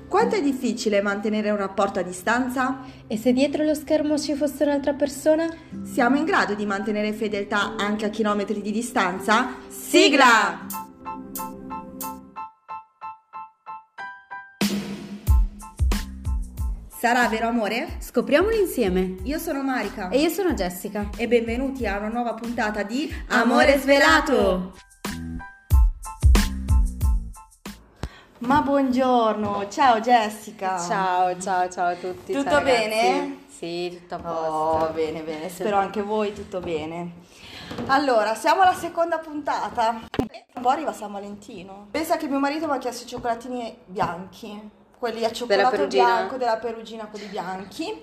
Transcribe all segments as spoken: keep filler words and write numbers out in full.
Quanto è difficile mantenere un rapporto a distanza? E se dietro lo schermo ci fosse un'altra persona? Siamo in grado di mantenere fedeltà anche a chilometri di distanza? Sigla! Sarà vero amore? Scopriamolo insieme. Io sono Marica. E io sono Jessica. E benvenuti a una nuova puntata di Amore Svelato! Ma buongiorno, ciao Jessica. Ciao, ciao, ciao a tutti. Tutto ciao, bene? Sì, tutto a posto. Oh, bene, bene, spero anche voi tutto bene. Allora, siamo alla seconda puntata. Un po' arriva San Valentino. Pensa che mio marito mi ha chiesto i cioccolatini bianchi, quelli a cioccolato bianco della Perugina, quelli bianchi.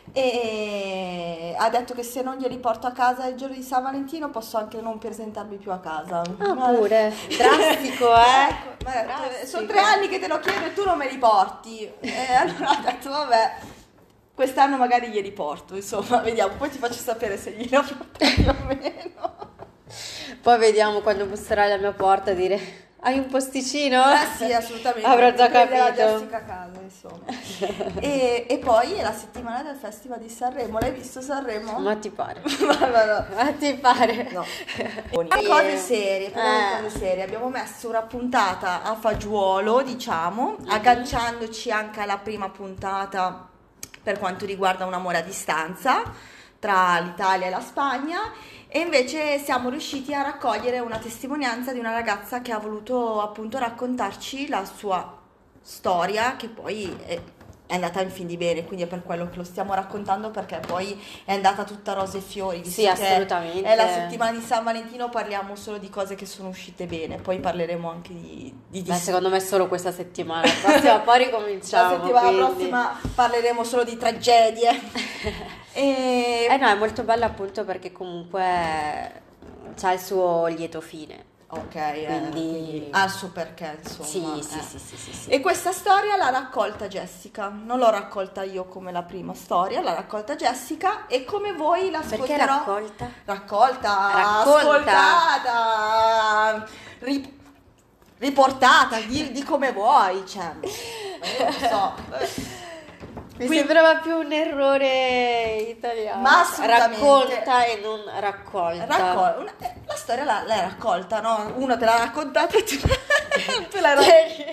E ha detto che se non glieli porto a casa il giorno di San Valentino posso anche non presentarmi più a casa. Ah, pure, drastico, eh? Ecco, ma drastico. Sono tre anni che te lo chiedo e tu non me li porti. E allora ho detto vabbè, quest'anno magari glieli porto, insomma, vediamo, poi ti faccio sapere se glieli ho portati o meno. Poi vediamo quando busserai alla mia porta a dire: hai un posticino? Eh sì, assolutamente. Avrò già Prende la capito. Jessica a casa, insomma. e, e poi è la settimana del Festival di Sanremo. L'hai visto Sanremo? Ma ti pare? no, no, no. Ma ti pare? No. Cose serie, parliamo di cose serie. Abbiamo messo una puntata a fagiolo, diciamo, Mm-hmm. agganciandoci anche alla prima puntata per quanto riguarda un amore a distanza tra l'Italia e la Spagna. E invece siamo riusciti a raccogliere una testimonianza di una ragazza che ha voluto appunto raccontarci la sua storia, che poi è, è andata in fin di bene, quindi è per quello che lo stiamo raccontando, perché poi è andata tutta rose e fiori. Sì, assolutamente. È la settimana di San Valentino, parliamo solo di cose che sono uscite bene, poi parleremo anche di... di, di... Beh, secondo me solo questa settimana, la prossima poi ricominciamo. La settimana quindi. prossima parleremo solo di tragedie. e... Eh no, è molto bella appunto perché comunque c'ha il suo lieto fine. Ok, Quindi- eh, quindi ha il suo perché, insomma. Sì, sì, eh. sì, sì, sì, sì. E questa storia l'ha raccolta Jessica, non l'ho raccolta io come la prima storia, l'ha raccolta Jessica e come voi l'ascolterò. Perché raccolta? Raccolta, Raccolta. ascoltata, ri- riportata, di, di come vuoi, cioè, io non so. Mi Quindi- sembrava più un errore italiano. Ma assolutamente. Racconta e non raccolta. Raccol- una- eh, la storia l'ha- l'hai raccolta, no? Uno te l'ha raccontata e tu, tu l'hai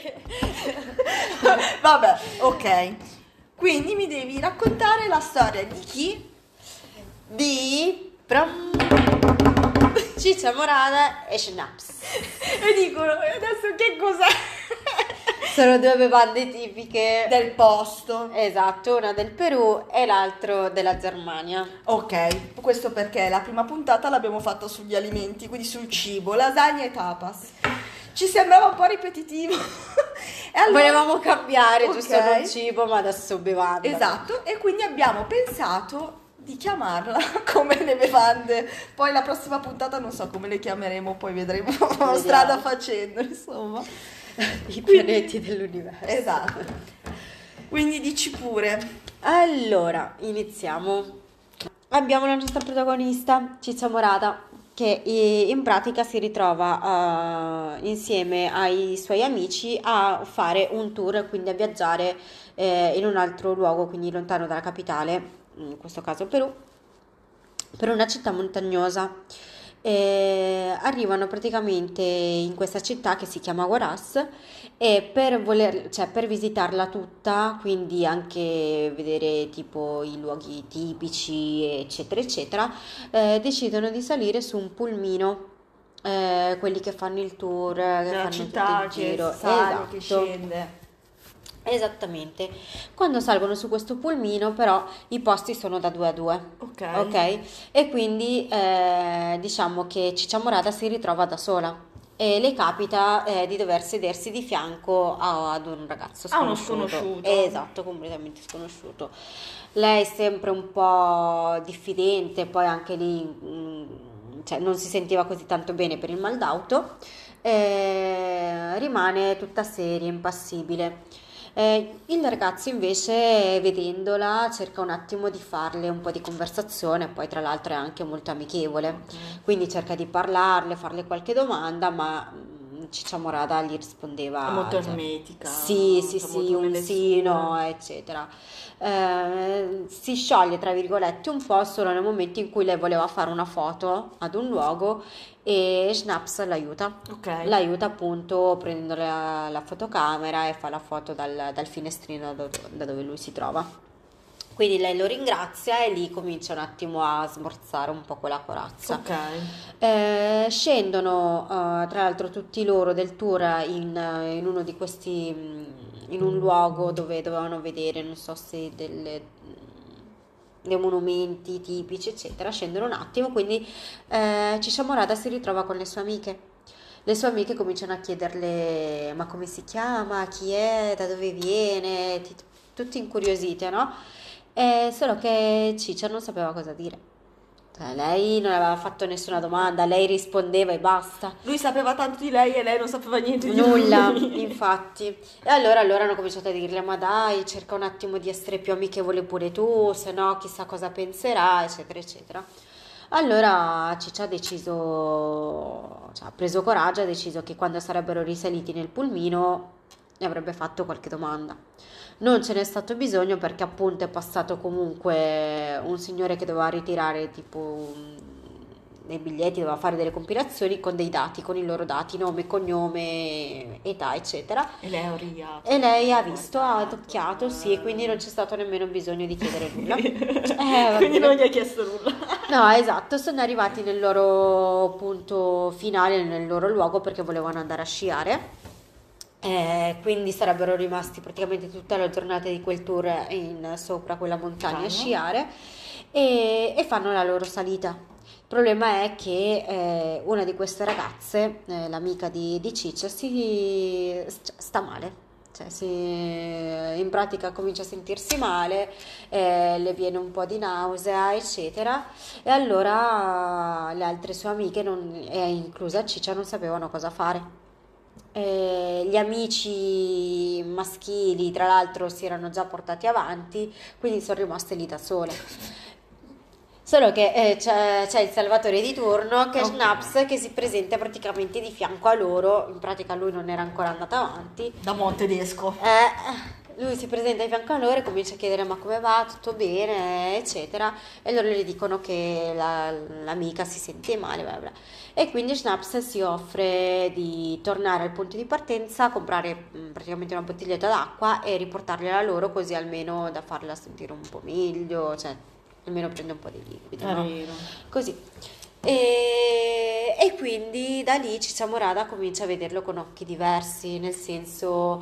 raccolta. Vabbè, ok. Quindi mi devi raccontare la storia di chi? Di Prom- Ciccia Morada e Schnapps. E dicono, "E adesso che cos'è? Sono due bevande tipiche. Del posto. Esatto, una del Perù e l'altro della Germania. Ok, questo perché la prima puntata l'abbiamo fatta sugli alimenti, quindi sul cibo, lasagna e tapas. Ci sembrava un po' ripetitivo. E allora- Volevamo cambiare, Ok. giusto, non cibo, ma adesso bevanda. Esatto, e quindi abbiamo pensato di chiamarla come le bevande. Poi la prossima puntata non so come le chiameremo, poi vedremo strada facendo, insomma. I pianeti dell'universo. Esatto. Quindi dici pure. Allora, iniziamo. Abbiamo la nostra protagonista, Ciccia Morada, che eh, in pratica si ritrova eh, insieme ai suoi amici a fare un tour, quindi a viaggiare eh, in un altro luogo, quindi lontano dalla capitale, in questo caso Perù, per una città montagnosa. Eh, arrivano praticamente in questa città che si chiama Huaraz e per voler, cioè per visitarla tutta, quindi anche vedere tipo i luoghi tipici, eccetera, eccetera, eh, decidono di salire su un pulmino, eh, quelli che fanno il tour, che Nella fanno città tutto il che giro. sale, che Esatto. scende. Esattamente. Quando salgono su questo pulmino, però, i posti sono da due a due. Ok. Ok? E quindi eh, diciamo che Ciccia Morada si ritrova da sola e le capita eh, di dover sedersi di fianco a- ad un ragazzo A uno sconosciuto. sconosciuto. Esatto, completamente sconosciuto. Lei è sempre un po' diffidente, poi anche lì mm, cioè, non si sentiva così tanto bene per il mal d'auto, eh, rimane tutta seria, impassibile. Eh, il ragazzo invece, vedendola, cerca un attimo di farle un po' di conversazione, poi tra l'altro è anche molto amichevole, quindi cerca di parlarle, farle qualche domanda, ma Ciccia Morada gli rispondeva È molto cioè, ermetica, sì, sì, cioè sì, molto un nelle sì, sue. no, eccetera. Eh, si scioglie, tra virgolette, un po' solo nel momento in cui lei voleva fare una foto ad un luogo e Schnaps l'aiuta. Ok. L'aiuta appunto prendendo la, la fotocamera e fa la foto dal, dal finestrino da, da dove lui si trova. Quindi lei lo ringrazia e lì comincia un attimo a smorzare un po' quella corazza. Ok. Eh, scendono eh, tra l'altro tutti loro del tour in, eh, in uno di questi, mm, in un luogo dove dovevano vedere, non so se delle, dei monumenti tipici, eccetera. Scendono un attimo, quindi eh, Ciccia Morada si ritrova con le sue amiche. Le sue amiche cominciano a chiederle ma come si chiama, chi è, da dove viene, ti- tutti incuriosite, no? Eh, solo che Ciccia non sapeva cosa dire. Cioè, lei non aveva fatto nessuna domanda, lei rispondeva e basta. Lui sapeva tanto di lei e lei non sapeva niente di Nulla, lui. infatti. E allora, allora hanno cominciato a dirle: ma dai, cerca un attimo di essere più amichevole pure tu, se no chissà cosa penserà, eccetera, eccetera. Allora Ciccia ha deciso, cioè, ha preso coraggio, ha deciso che quando sarebbero risaliti nel pulmino ne avrebbe fatto qualche domanda. Non ce n'è stato bisogno perché appunto è passato comunque un signore che doveva ritirare tipo un- dei biglietti, doveva fare delle compilazioni con dei dati, con i loro dati, nome, cognome, età, eccetera. E lei ha oriato. E lei ha visto, ha tocchiato, sì, e quindi non c'è stato nemmeno bisogno di chiedere nulla. Eh, va Quindi bene. non gli ha chiesto nulla. No, esatto, sono arrivati nel loro punto finale, nel loro luogo perché volevano andare a sciare. Eh, quindi sarebbero rimasti praticamente tutta la giornata di quel tour in sopra quella montagna a Fanno? sciare e, e fanno la loro salita. Il problema è che eh, una di queste ragazze, eh, l'amica di, di Ciccia, si sta male. Cioè, si, in pratica comincia a sentirsi male, eh, le viene un po' di nausea, eccetera. E allora le altre sue amiche, non, e inclusa Ciccia, non sapevano cosa fare. Eh, gli amici maschili, tra l'altro, si erano già portati avanti, quindi sono rimaste lì da sole. Solo che eh, c'è, c'è il salvatore di turno che è Ok. Schnaps che si presenta praticamente di fianco a loro, in pratica lui non era ancora andato avanti. Da buon tedesco. Eh, lui si presenta di fianco a loro e comincia a chiedere ma come va, tutto bene, eccetera, e loro gli dicono che la- l'amica si sente male, bla bla. E quindi Schnaps si offre di tornare al punto di partenza, comprare mh, praticamente una bottiglietta d'acqua e riportargliela loro così almeno da farla sentire un po' meglio, cioè almeno prende un po' di liquido, no? Carino. Così. E, e quindi da lì Ciccia Morada comincia a vederlo con occhi diversi, nel senso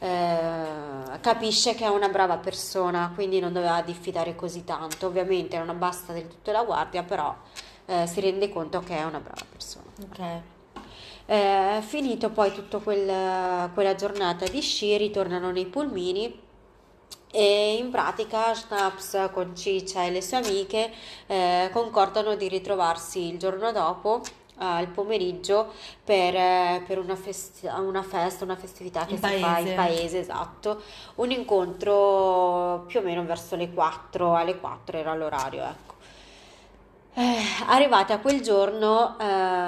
eh, capisce che è una brava persona, quindi non doveva diffidare così tanto. Ovviamente non abbassa del tutto la guardia, però eh, si rende conto che è una brava persona. Ok. Eh, finito poi tutta quel- quella giornata di sci, ritornano nei pulmini e in pratica Schnaps con Ciccia e le sue amiche eh, concordano di ritrovarsi il giorno dopo al pomeriggio per, eh, per una, festi- una festa, una festività che In si fa in paese. paese, esatto, un incontro più o meno verso le quattro, alle quattro era l'orario, ecco. Eh, arrivate a quel giorno,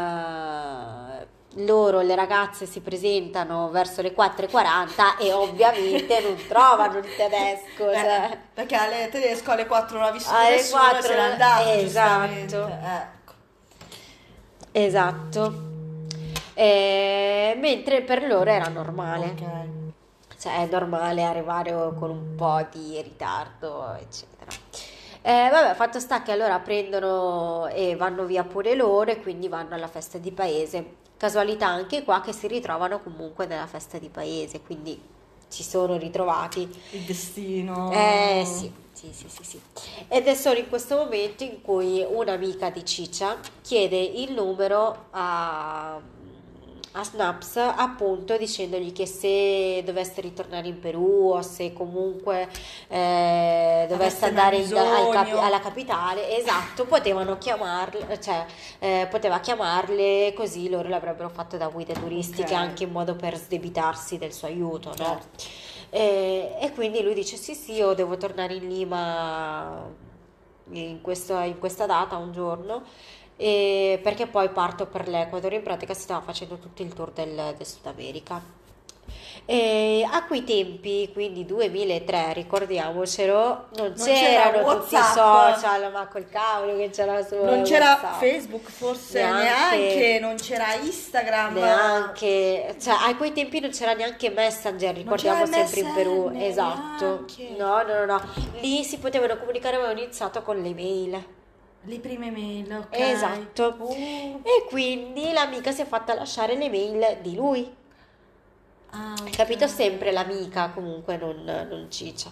eh, loro, le ragazze, si presentano verso le quattro e quaranta e ovviamente non trovano il tedesco. Eh, Cioè, perché alle tedesco alle quattro non ha vissuto alle nessuno e quattro, se n'è andato, esatto. giustamente. Ecco. esatto. Eh, mentre per loro era normale. Ok. Cioè è normale arrivare con un po' di ritardo, eccetera. Eh, vabbè, fatto sta che allora prendono e vanno via pure loro e quindi vanno alla festa di paese. Casualità anche qua che si ritrovano comunque nella festa di paese, quindi si sono ritrovati. Il destino. Eh sì, sì, sì, sì, sì. Ed è solo in questo momento in cui un'amica di Ciccia chiede il numero a, a Snaps, appunto dicendogli che se dovesse ritornare in Perù o se comunque eh, dovesse Avesse andare mai in- al capi- bisogno. alla capitale, esatto, potevano chiamarle, cioè eh, poteva chiamarle così loro l'avrebbero fatto da guide turistiche Ok. anche in modo per sdebitarsi del suo aiuto, no? Certo. E, e quindi lui dice sì sì, io devo tornare in Lima in, questo- in questa data un giorno e perché poi parto per l'Ecuador. In pratica si stava facendo tutto il tour del, del Sud America. E a quei tempi, quindi duemilatré, ricordiamocelo, non, Non c'era c'erano tutti i WhatsApp. social, ma col cavolo che c'era su Non c'era WhatsApp. Facebook, forse Neanche- neanche, non c'era Instagram. Neanche, cioè a quei tempi non c'era neanche Messenger, ricordiamo c'era sempre in Perù, M S N, esatto. neanche. No, no, no, no, lì si potevano comunicare, avevano iniziato con le mail. Le prime mail, ok. Esatto. Oh. E quindi l'amica si è fatta lasciare le mail di lui. Ah, Hai ok. capito? Sempre l'amica, comunque non, non ciccia.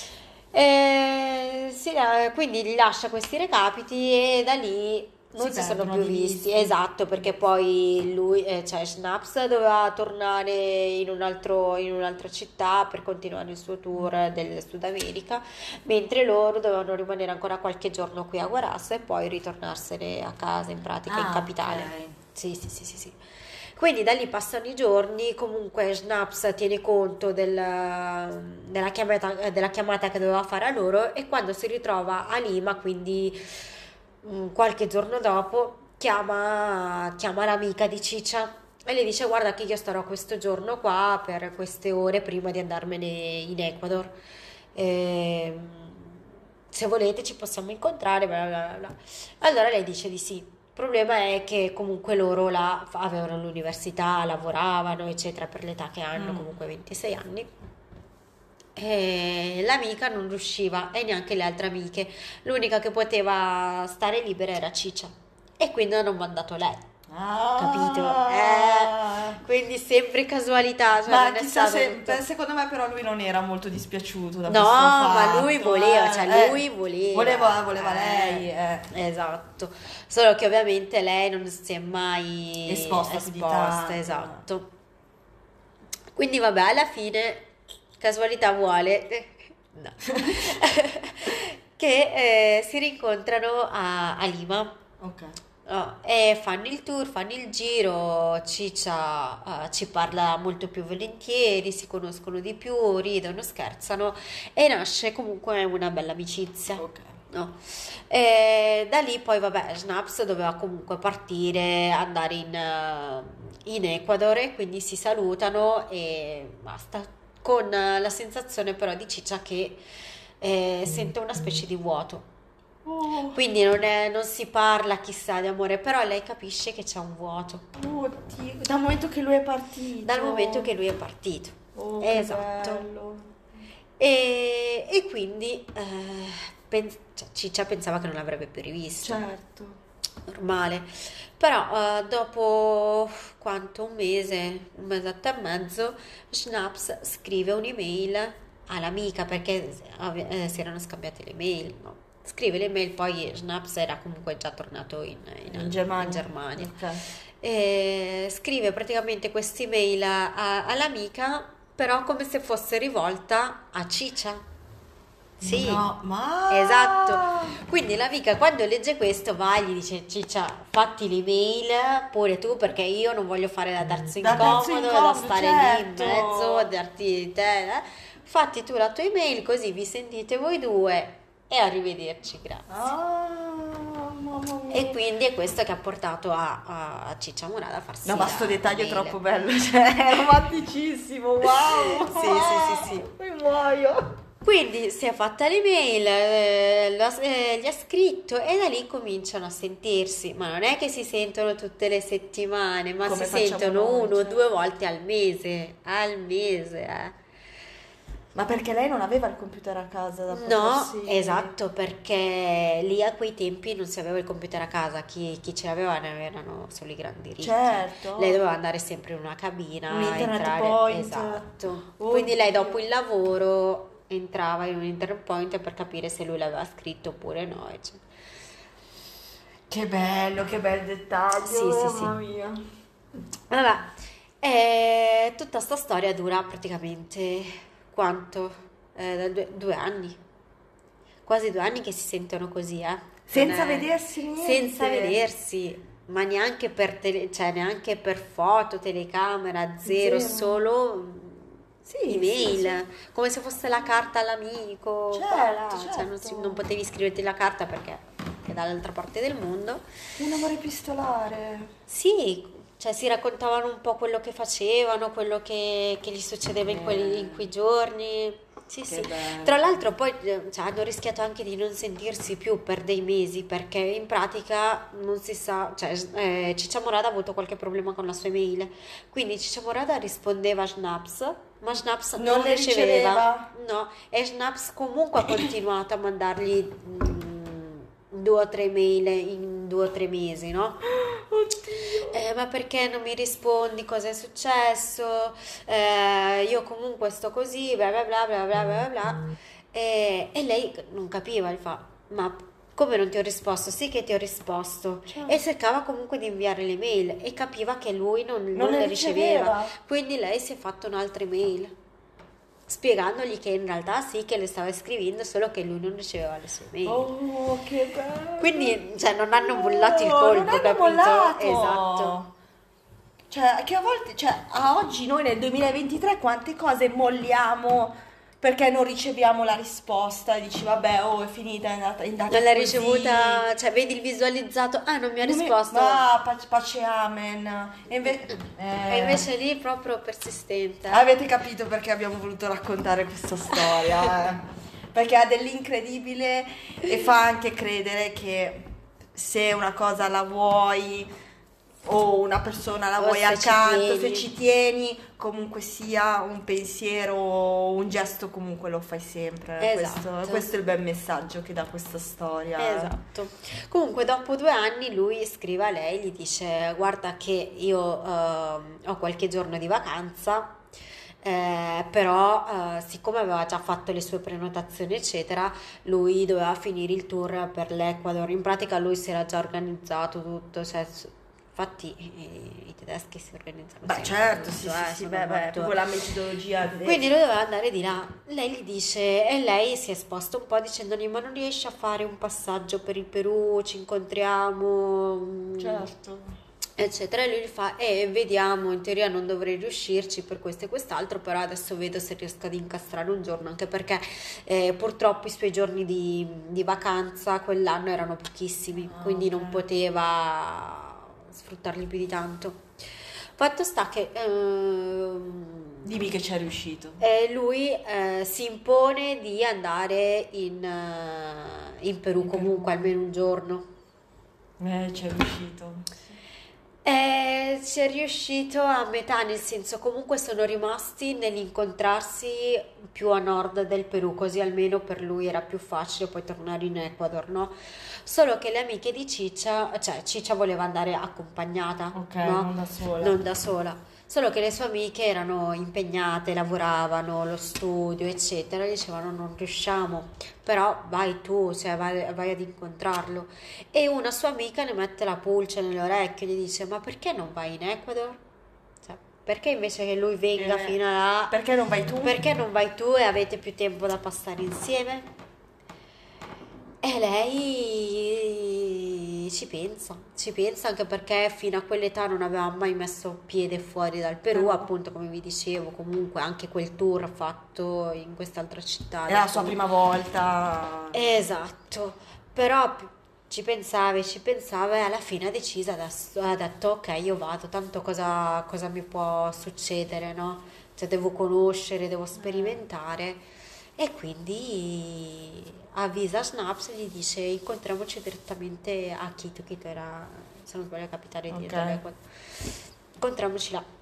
E si- eh, quindi gli lascia questi recapiti e da lì non Si si, sono perdono più di visti. vista. Esatto, perché poi lui, eh, cioè Schnaps, doveva tornare in un altro, in un'altra città per continuare il suo tour del Sud America, mentre loro dovevano rimanere ancora qualche giorno qui a Huaraz e poi ritornarsene a casa, in pratica, in Ah, capitale. ok. Sì, sì, sì, sì, sì. Quindi da lì passano i giorni, comunque Schnaps tiene conto del- della chiamata, della chiamata che doveva fare a loro e quando si ritrova a Lima, quindi mm, qualche giorno dopo, chiama, chiama l'amica di Ciccia e le dice guarda che io starò questo giorno qua per queste ore prima di andarmene in Ecuador. Ehm, se volete ci possiamo incontrare, bla bla bla bla. Allora lei dice di sì. Il problema è che comunque loro là fa- avevano l'università, lavoravano, eccetera, per l'età che hanno, Mm. comunque ventisei anni. E l'amica non riusciva e neanche le altre amiche. L'unica che poteva stare libera era Ciccia. E quindi hanno mandato lei. Ah. Capito? Eh, quindi sempre casualità, cioè Ma non è chissà stato se, tutto- secondo me però lui non era molto dispiaciuto da No, questo ma lui fatto, voleva, eh, cioè eh. lui voleva. Voleva, voleva Eh, lei, eh. Esatto. Solo che ovviamente lei non si è mai Esposta più di esposta, tanto. esatto. Quindi vabbè, alla fine, casualità vuole no. che eh, si rincontrano a, a Lima. Ok. Oh, e fanno il tour, fanno il giro, Ciccia eh, ci parla molto più volentieri, si conoscono di più, ridono, scherzano e nasce comunque una bella amicizia. Ok. No. E da lì poi vabbè, Schnaps doveva comunque partire, andare in, eh, in Ecuador e quindi si salutano e basta, con eh, la sensazione però di Ciccia che eh, sente una specie di vuoto. Oh, Quindi non, è- non si parla chissà di amore, però lei capisce che c'è un vuoto oddio, dal momento che lui è partito. dal momento che lui è partito. Oh, che Esatto. bello. E, e quindi eh, pen- cioè, Ciccia pensava che non l'avrebbe più rivisto, Certo. normale. Però eh, dopo quanto? Un mese, un mesetto e mezzo, Schnaps scrive un'email all'amica perché ave- eh, si erano scambiate le mail, no? Scrive le mail, poi Schnaps era comunque già tornato in, in- In Germania. in Germania. Ok. E scrive praticamente quest'email a- a- all'amica, però come se fosse rivolta a Ciccia. Sì, No, ma... esatto. Quindi l'amica quando legge questo va e gli dice Ciccia, fatti l'email pure tu perché io non voglio fare da terzo Da terzo incomodo, da incomodo, stare lì in certo. mezzo, a darti te, eh. Fatti tu la tua email così vi sentite voi due e arrivederci, grazie. Ah, mamma mia. E quindi è questo che ha portato a, a, a Ciccia Morada a farsi No, ma la sto dettaglio è mail. troppo bello, cioè, è romanticissimo, wow! Sì, sì, sì, sì. Mi muoio! Quindi si è fatta l'email, eh, lo ha- eh, gli ha scritto e da lì cominciano a sentirsi, ma non è che si sentono tutte le settimane, ma Come si facciamo sentono noi, uno o certo. due volte al mese, al mese, eh. Ma perché lei non aveva il computer a casa da No, potersi... esatto, perché lì a quei tempi non si aveva il computer a casa, chi, chi ce l'aveva ne avevano solo i grandi ricchi. Certo. Lei doveva andare sempre in una cabina, Un internet entrare, point. esatto. Oddio. Quindi lei dopo il lavoro entrava in un internet point per capire se lui l'aveva scritto oppure no, eccetera. Che bello, che bel dettaglio, Sì, sì, sì. mamma mia. Vabbè, e tutta sta storia dura praticamente quanto? Eh, da due, due anni. Quasi due anni che si sentono così, eh. Senza Non è- vedersi niente. Senza vedersi, ma neanche per, tele- cioè neanche per foto, telecamera, zero, Zero. solo mm, Sì, email, sì, come se fosse la carta all'amico. Certo, qua, là. Cioè non, si- certo. non potevi scriverti la carta perché anche dall'altra parte del mondo. Un amore epistolare. Sì, cioè si raccontavano un po' quello che facevano, quello che, che gli succedeva in, quelli, in quei giorni. Sì, Che sì. bello. Tra l'altro poi eh, cioè, hanno rischiato anche di non sentirsi più per dei mesi perché in pratica non si sa, cioè eh, Ciccia Morada ha avuto qualche problema con la sua email, quindi Ciccia Morada rispondeva a Schnaps, ma Schnaps non, Non le riceveva. no, e Schnaps comunque ha continuato a mandargli mm, due o tre mail in due o tre mesi, no? Oddio. Eh, ma perché non mi rispondi? Cosa è successo? Eh, io comunque sto così, bla bla bla bla bla bla bla. E, e lei non capiva, gli fa, ma come non ti ho risposto? Sì che ti ho risposto. Certo. E cercava comunque di inviare le mail e capiva che lui non, non Non le le riceveva. riceveva. Quindi lei si è fatta un'altra mail spiegandogli che in realtà sì che le stava scrivendo, solo che lui non riceveva le sue mail. Oh, che bello. Quindi, cioè, non hanno mollato il No, colpo, non hanno capito? mollato. Esatto. Cioè, che a volte, cioè, a oggi noi nel duemilaventitré quante cose molliamo perché non riceviamo la risposta e dici, vabbè, oh, è finita, è andata, è andata Non l'hai così. ricevuta, cioè vedi il visualizzato, ah non mi ha Non mi- risposto. Ma pace, pace amen. E inve- E eh, invece lì proprio persistente. avete capito perché abbiamo voluto raccontare questa storia, eh? Perché ha dell'incredibile e fa anche credere che se una cosa la vuoi o una persona la O vuoi se ci accanto, se tieni. ci tieni, comunque sia un pensiero o un gesto, comunque lo fai sempre. Esatto. Questo, questo è il bel messaggio che dà questa storia. Esatto. Comunque dopo due anni lui scrive a lei, gli dice guarda che io ehm, ho qualche giorno di vacanza, eh, però eh, siccome aveva già fatto le sue prenotazioni eccetera, lui doveva finire il tour per l'Ecuador. In pratica lui si era già organizzato tutto, cioè, s- infatti i, i tedeschi si organizzano Beh, sempre certo, tutto, sì, eh, sì, sì, sono beh, beh, molto- proprio la metodologia tedesca. quindi lui doveva andare di là. Lei gli dice, e lei si è esposta un po' dicendogli: ma non riesci a fare un passaggio per il Perù? Ci incontriamo, mm, Certo. eccetera. E lui gli fa: eh, vediamo, in teoria non dovrei riuscirci per questo e quest'altro, però adesso vedo se riesco ad incastrare un giorno, anche perché eh, purtroppo i suoi giorni di, di vacanza quell'anno erano pochissimi, Ah, quindi non ok. poteva sfruttarli più di tanto. Fatto sta che ehm, Dimmi che ci è riuscito. e lui eh, si impone di andare in, eh, in Perù In Perù. comunque almeno un giorno. Eh, ci è riuscito. E ci è riuscito a metà, nel senso comunque sono rimasti nell'incontrarsi più a nord del Perù, così almeno per lui era più facile poi tornare in Ecuador, no? Solo che le amiche di Ciccia, cioè Ciccia voleva andare accompagnata, Ok, no? non da sola. Non da sola. Solo che le sue amiche erano impegnate, lavoravano, lo studio, eccetera, e dicevano non riusciamo, però vai tu, cioè vai, vai ad incontrarlo. E una sua amica ne mette la pulce nell'orecchio e gli dice: ma perché non vai in Ecuador? Cioè, perché invece che lui venga Eh, fino a là, Perché non vai tu? perché non vai tu e avete più tempo da passare insieme? E lei ci pensa, ci pensa anche perché fino a quell'età non aveva mai messo piede fuori dal Perù, No. appunto come vi dicevo, comunque anche quel tour fatto in quest'altra città. Era la adesso sua non- prima volta. Esatto, però p- ci pensava e ci pensava e alla fine ha deciso, adesso, ha detto ok io vado, tanto cosa, cosa mi può succedere, no? Cioè devo conoscere, devo sperimentare e quindi avvisa Snaps e gli dice incontriamoci direttamente a Quito, Quito era, se non sbaglio, la capitale di Ok. dell'Ecuador. Incontriamoci là.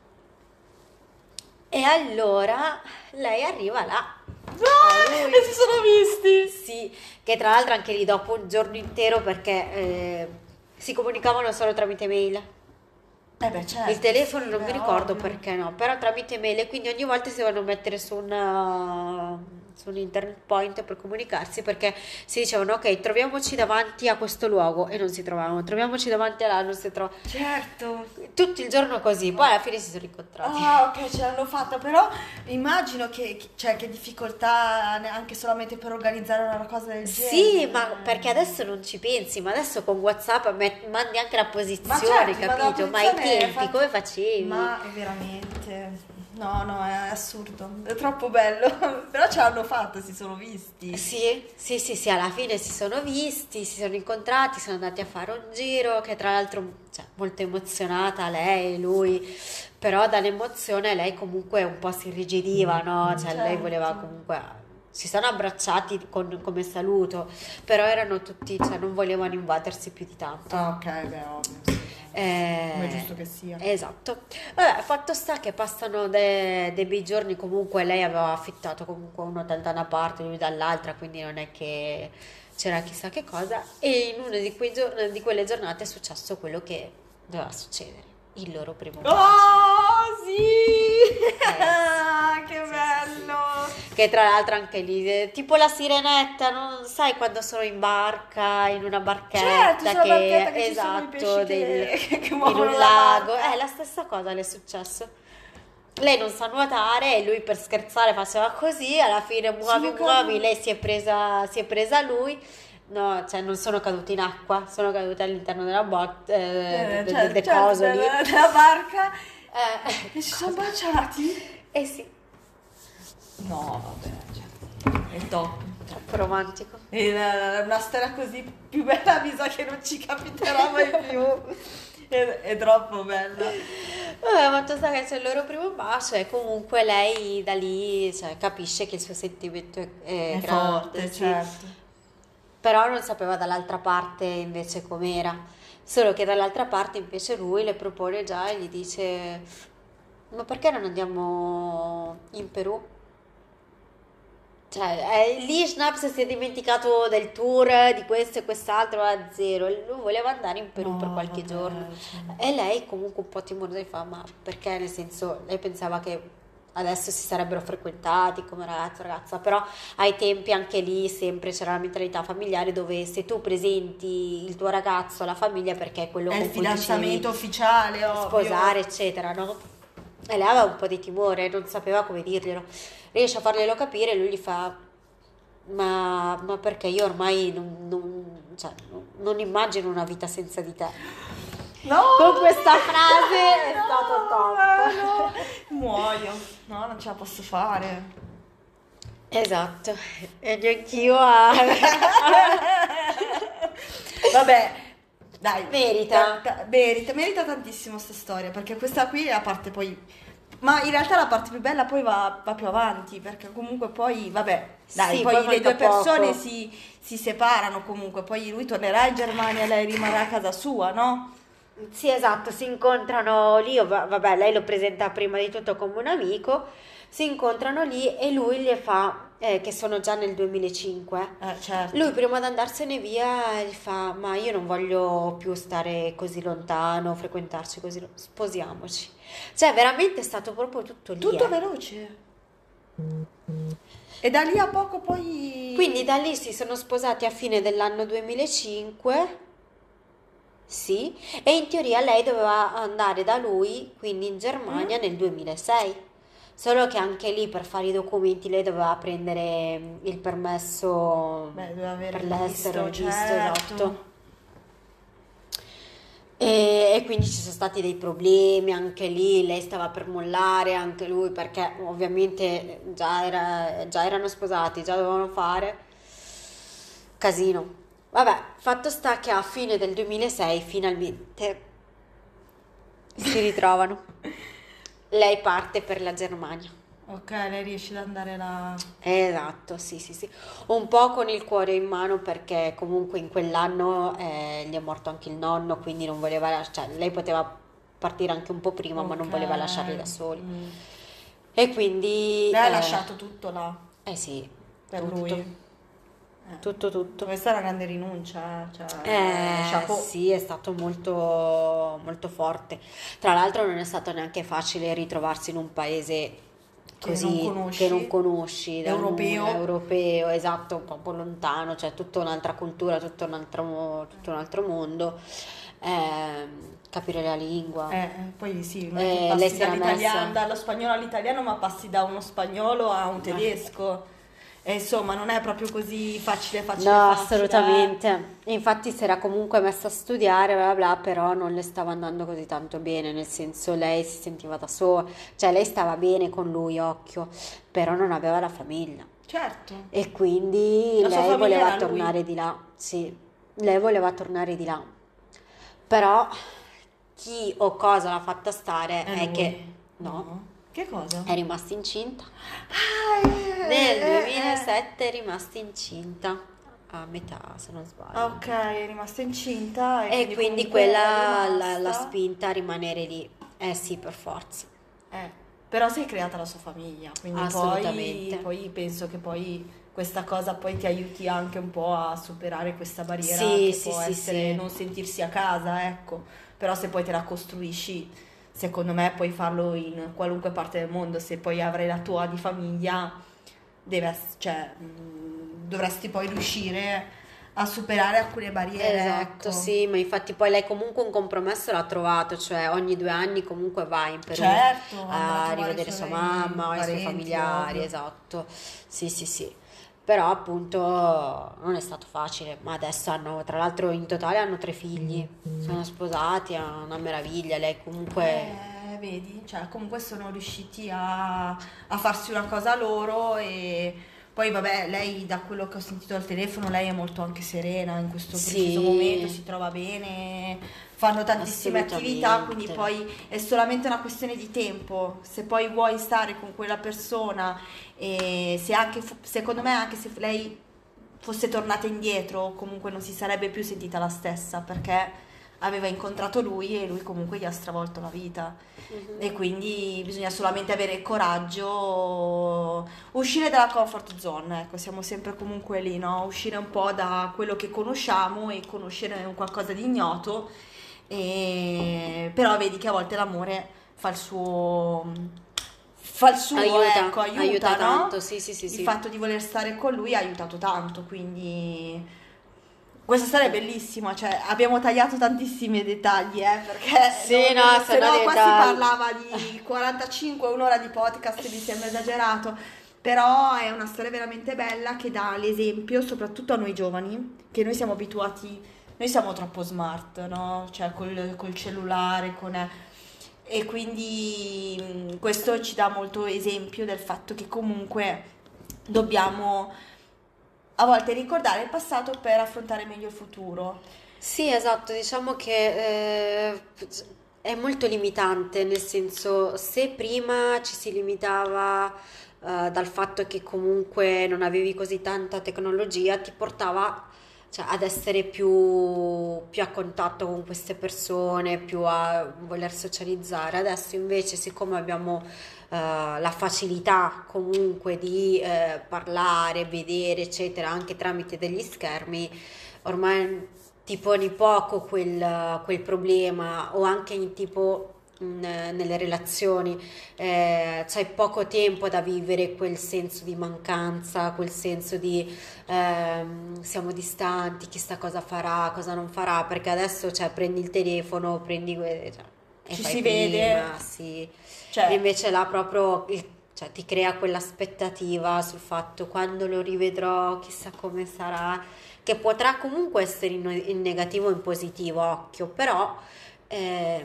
E allora lei arriva là. Ah, A lui. e si sono visti. Sì, che tra l'altro anche lì dopo un giorno intero perché eh, si comunicavano solo tramite mail. Eh beh, certo. Il telefono sì, non beh, mi ricordo ovvio. perché no, però tramite mail e quindi ogni volta si devono mettere su un, su un internet point per comunicarsi perché si dicevano ok troviamoci davanti a questo luogo e non si trovavano, troviamoci davanti a là non si trovavano, Certo. tutto il giorno così, poi alla fine si sono incontrati. Ah, ok, ce l'hanno fatta, però immagino che, che- cioè, che difficoltà ne- anche solamente per organizzare una cosa del genere. Sì, ma perché adesso non ci pensi, ma adesso con WhatsApp met- mandi anche la posizione, Ma certo, ma la capito? Ma ai posizione è tempi fatta- come facevi? Ma è veramente... No, no, è assurdo, è troppo bello, però ce l'hanno fatto? Si sono visti? Sì, sì, sì, sì, alla fine si sono visti, si sono incontrati, sono andati a fare un giro, che tra l'altro, cioè, molto emozionata lei, lui, però dall'emozione lei comunque un po' si irrigidiva, no? Cioè lei voleva Certo. comunque, si sono abbracciati con- come saluto, però erano tutti, cioè non volevano invadersi più di tanto. Ah, ok, beh, ovvio, sì. Eh, Come è giusto che sia. Esatto. Vabbè, fatto sta che passano de- dei bei giorni, comunque lei aveva affittato comunque un hotel da una parte, lui dall'altra, quindi non è che c'era chissà che cosa. E in una di, quei giorni, di quelle giornate è successo quello che doveva succedere, il loro primo bacio. Oh, sì! Eh, Che sì, bello! sì, sì. Che tra l'altro anche lì, eh, tipo la sirenetta, non sai quando sono in barca, in una barchetta, Certo, sulla che, barchetta che ci sono i esatto, pesci del- che, che in muovono un la lago, barca. eh, la stessa cosa le è successo. Lei non sa nuotare e lui per scherzare faceva così, alla fine muovi, Sono muovi, caduti. lei si è presa, si è presa lui. No, cioè non sono caduti in acqua, sono caduti all'interno della botte, eh, Eh, de- de- cioè, de certo, coso lì. della, della barca Eh, e si sono cosa? baciati. Eh sì, No, vabbè, cioè, è top. troppo romantico. E la- la- una storia così più bella mi sa che non ci capiterà mai più. È, è troppo bella. Vabbè, ma tu sai che c'è il loro primo bacio e comunque lei da lì, cioè, capisce che il suo sentimento è, è È grande, forte, sì. certo. Però non sapeva dall'altra parte invece com'era. Solo che dall'altra parte invece lui le propone già e gli dice: ma perché non andiamo in Perù? Cioè, eh, lì Schnaps si è dimenticato del tour, di questo e quest'altro a zero. Lui voleva andare in Perù per No, qualche vabbè, giorno. cioè. E lei comunque un po' timorosa gli fa: ma perché? Nel senso, lei pensava che adesso si sarebbero frequentati come ragazzo e ragazza, però ai tempi anche lì sempre c'era la mentalità familiare dove se tu presenti il tuo ragazzo alla famiglia perché è quello È con il cui ti devi fidanzamento ufficiale, ovvio. sposare, eccetera, no? E lei aveva un po' di timore, non sapeva come dirglielo. Riesce a farglielo capire e lui gli fa: ma, ma perché io ormai non, non- cioè, non- non immagino una vita senza di te. No! Con questa frase è No, stato top. no. Muoio. No, non ce la posso fare. Esatto, e neanch'io a... Vabbè, dai. Merita. ta- ta- merita, merita tantissimo sta storia, perché questa qui è la parte poi... Ma in realtà la parte più bella poi va, va più avanti, perché comunque poi, vabbè, dai, Sì, poi, poi le manca due persone poco. si, si separano comunque, poi lui tornerà in Germania e lei rimarrà a casa sua, no? Sì, esatto, si incontrano lì, ov- vabbè, lei lo presenta prima di tutto come un amico, si incontrano lì e lui le fa, eh, che sono già nel duemilacinque, Eh, certo. lui prima di andarsene via gli fa: ma io non voglio più stare così lontano, frequentarci così, lo- sposiamoci. Cioè, veramente è stato proprio tutto lì, Tutto eh. veloce. E da lì a poco poi... Quindi da lì si sono sposati a fine dell'anno duemilacinque, sì, e in teoria lei doveva andare da lui, quindi in Germania, Mm? nel duemilasei. Solo che anche lì per fare i documenti lei doveva prendere mm, il permesso Beh, deve avere per il l'estero, il visto, visto, certo. esatto. E, e quindi ci sono stati dei problemi anche lì, lei stava per mollare, anche lui, perché ovviamente già, era- già erano sposati, già dovevano fare casino. Vabbè, fatto sta che a fine del duemilasei finalmente si ritrovano. Lei parte per la Germania. Ok, lei riesce ad andare là. Esatto, sì, sì, sì. Un po' con il cuore in mano perché comunque in quell'anno eh, gli è morto anche il nonno, quindi non voleva, cioè lei poteva partire anche un po' prima, ma non Ok. voleva lasciarli da soli. Mm. E quindi... Lei ha eh, lasciato tutto là eh sì, per tutto, lui. Eh. tutto, tutto. Questa è una grande rinuncia, eh, cioè, Eh, chapeau. sì, è stato molto, molto forte. Tra l'altro non è stato neanche facile ritrovarsi in un paese Che così non conosci. che non conosci, dal Europeo. nulla, europeo, esatto, un po' lontano, cioè tutta un'altra cultura, tutto un altro, tutto un altro mondo, ehm, capire la lingua. Eh, eh, poi sì, non è Eh, che lei passi si era dall'italiano, messa- dallo spagnolo all'italiano, ma passi da uno spagnolo a un tedesco. E insomma, non è proprio così facile, facile, No, facile. assolutamente. Infatti si era comunque messa a studiare, bla bla, però non le stava andando così tanto bene, nel senso lei si sentiva da sola, cioè lei stava bene con lui, occhio, però non aveva la famiglia. Certo. E quindi La sua lei famiglia voleva era lui. tornare di là, sì, lei voleva tornare di là. Però chi o cosa l'ha fatta stare È è lui. che no, No. Che cosa? è rimasta incinta. Ah, eh, Nel eh, eh. duemilasette è rimasta incinta, a metà se non Ah, sbaglio. ok, è rimasta incinta e, E quindi quindi comunque è quella l'ha l'ha rimasta. spinta a rimanere lì. Eh sì, per forza. Eh, però si è creata la sua famiglia, quindi poi, Assolutamente. poi penso che poi questa cosa poi ti aiuti anche un po' a superare questa barriera Sì, che sì, può sì, essere sì. non sentirsi a casa, ecco. Però se poi te la costruisci, secondo me puoi farlo in qualunque parte del mondo, se poi avrai la tua di famiglia, deve ess- cioè, mh, dovresti poi riuscire a superare alcune barriere, Esatto, ecco. sì, ma infatti poi lei comunque un compromesso l'ha trovato, cioè ogni due anni comunque va in Perù Certo, andrà a a trovare i rivedere sua suoi mamma o i suoi parenti, familiari, ovvio. esatto, sì, sì, sì. Però appunto non è stato facile, ma adesso hanno, tra l'altro in totale hanno tre figli, sono sposati, è una meraviglia, lei comunque Eh, vedi, cioè comunque sono riusciti a, a farsi una cosa loro e poi vabbè, lei da quello che ho sentito al telefono, lei è molto anche serena in questo preciso momento, sì, si trova bene, fanno tantissime attività, quindi assolutamente. poi è solamente una questione di tempo. Se poi vuoi stare con quella persona e se anche, fu- secondo me anche se lei fosse tornata indietro, comunque non si sarebbe più sentita la stessa perché aveva incontrato lui e lui comunque gli ha stravolto la vita Mhm. e quindi bisogna solamente avere il coraggio, uscire dalla comfort zone, ecco, siamo sempre comunque lì, no? Uscire un po' da quello che conosciamo e conoscere un qualcosa di ignoto, e... però vedi che a volte l'amore fa il suo, fa il suo, Aiuta, ecco, aiuta aiuta, no? tanto, sì, sì, sì, Il sì. fatto di voler stare con lui ha aiutato tanto, quindi questa storia è bellissima, cioè abbiamo tagliato tantissimi dettagli, eh, perché Sì, non- no, se sono no qua si dettagli. parlava di quarantacinque, un'ora di podcast, mi sembra esagerato, però è una storia veramente bella che dà l'esempio, soprattutto a noi giovani, che noi siamo abituati, noi siamo troppo smart, no? Cioè col, col cellulare, con... E quindi mh, questo ci dà molto esempio del fatto che comunque dobbiamo a volte ricordare il passato per affrontare meglio il futuro. Sì, esatto, diciamo che eh, è molto limitante, nel senso, se prima ci si limitava eh, dal fatto che comunque non avevi così tanta tecnologia, ti portava, cioè, ad essere più, più a contatto con queste persone, più a voler socializzare. Adesso invece, siccome abbiamo eh, la facilità comunque di eh, parlare, vedere, eccetera, anche tramite degli schermi, ormai ti poni poco quel, quel problema o anche in tipo mh, nelle relazioni, eh, c'hai poco tempo da vivere quel senso di mancanza, quel senso di ehm, siamo distanti, chissà cosa farà, cosa non farà, perché adesso cioè, prendi il telefono, prendi que- cioè, e Ci fai si vede, prima, sì. E cioè, invece là proprio il- cioè, ti crea quell'aspettativa sul fatto quando lo rivedrò, chissà come sarà, che potrà comunque essere in, in negativo o in positivo, occhio, però eh,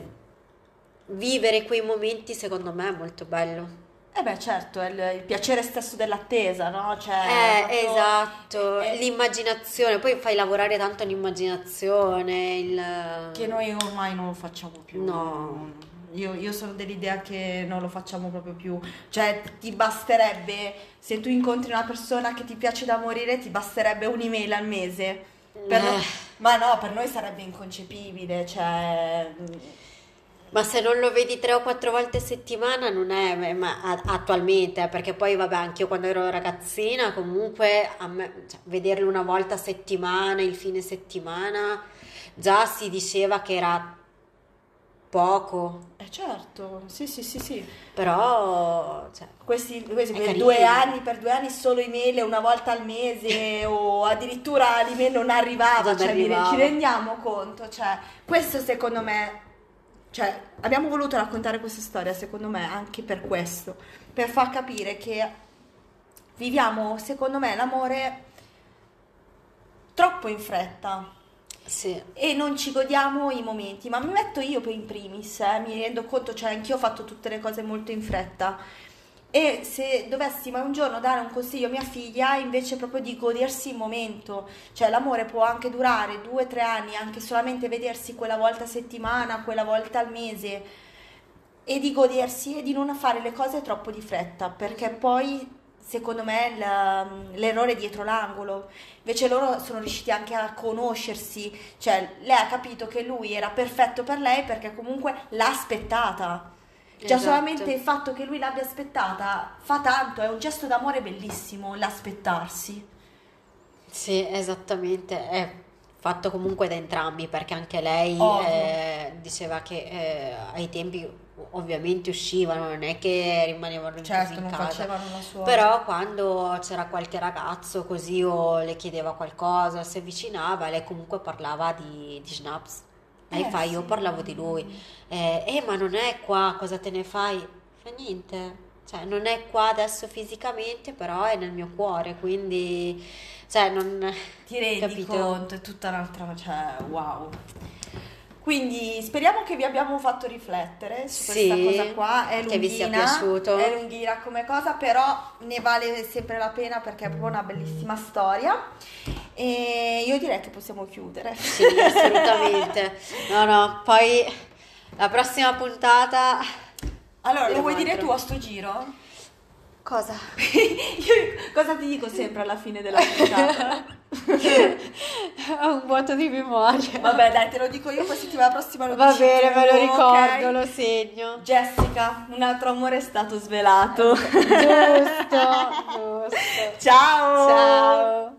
vivere quei momenti secondo me è molto bello. eh beh certo, è il, il piacere stesso dell'attesa, no? Cioè, Eh, proprio... esatto, è- l'immaginazione, poi fai lavorare tanto l'immaginazione, che il... noi ormai non lo facciamo più. No, Io, io sono dell'idea che non lo facciamo proprio più. Cioè, ti basterebbe, se tu incontri una persona che ti piace da morire, ti basterebbe un'email al mese. Per no- eh, Ma no, per noi sarebbe inconcepibile, cioè... ma se non lo vedi tre o quattro volte a settimana non è, ma a- attualmente, eh, perché poi vabbè, anche io quando ero ragazzina, comunque a me, cioè, vederlo una volta a settimana, il fine settimana, già si diceva che era poco, Eh certo, sì, sì, sì, sì. però cioè, Questi, questi è per due carino, anni, per due anni solo email una volta al mese o addirittura l'email non arrivava, non cioè mi re- ci arrivava. rendiamo conto, cioè questo secondo me, cioè abbiamo voluto raccontare questa storia secondo me anche per questo, per far capire che viviamo secondo me l'amore troppo in fretta Sì, e non ci godiamo i momenti, ma mi metto io per in primis, eh, mi rendo conto, cioè anch'io ho fatto tutte le cose molto in fretta E se dovessi mai un giorno dare un consiglio a mia figlia, invece proprio di godersi il momento, cioè l'amore può anche durare due, tre anni, anche solamente vedersi quella volta a settimana, quella volta al mese, e di godersi e di non fare le cose troppo di fretta, perché poi secondo me la- l'errore è dietro l'angolo. Invece loro sono riusciti anche a conoscersi, cioè lei ha capito che lui era perfetto per lei perché comunque l'ha aspettata. Già Esatto. solamente il fatto che lui l'abbia aspettata fa tanto, è un gesto d'amore bellissimo l'aspettarsi. Sì, esattamente, è fatto comunque da entrambi perché anche lei Ovvio. eh, diceva che eh, ai tempi ovviamente uscivano, non è che rimanevano chiusi Certo, in non casa, facevano la sua... però quando c'era qualche ragazzo così o le chiedeva qualcosa, si avvicinava, lei comunque parlava di, di Schnaps. Lei Eh fa, io sì. parlavo di lui, eh, "Eh, ma non è qua, cosa te ne fai? Fa niente, cioè non è qua adesso fisicamente, però è nel mio cuore, quindi, cioè non, Ti rendi capito? conto, è tutta un'altra, cioè, wow. Quindi speriamo che vi abbiamo fatto riflettere su questa Sì, cosa qua. È che vi sia lunghina, piaciuto. è lunghina come cosa, però ne vale sempre la pena perché è proprio una bellissima storia. E io direi che possiamo chiudere. Sì, assolutamente. No, no, poi la prossima puntata... Allora, lo diremo vuoi dire altro. tu a sto giro? Cosa? Io cosa ti dico sempre alla fine della puntata? Ho un vuoto di memoria. Vabbè, dai, te lo dico io, poi settimana prossima lo Va dici bene, tu, me lo ok? ricordo, lo segno. Jessica, un altro amore è stato svelato. Giusto, giusto. Ciao! Ciao.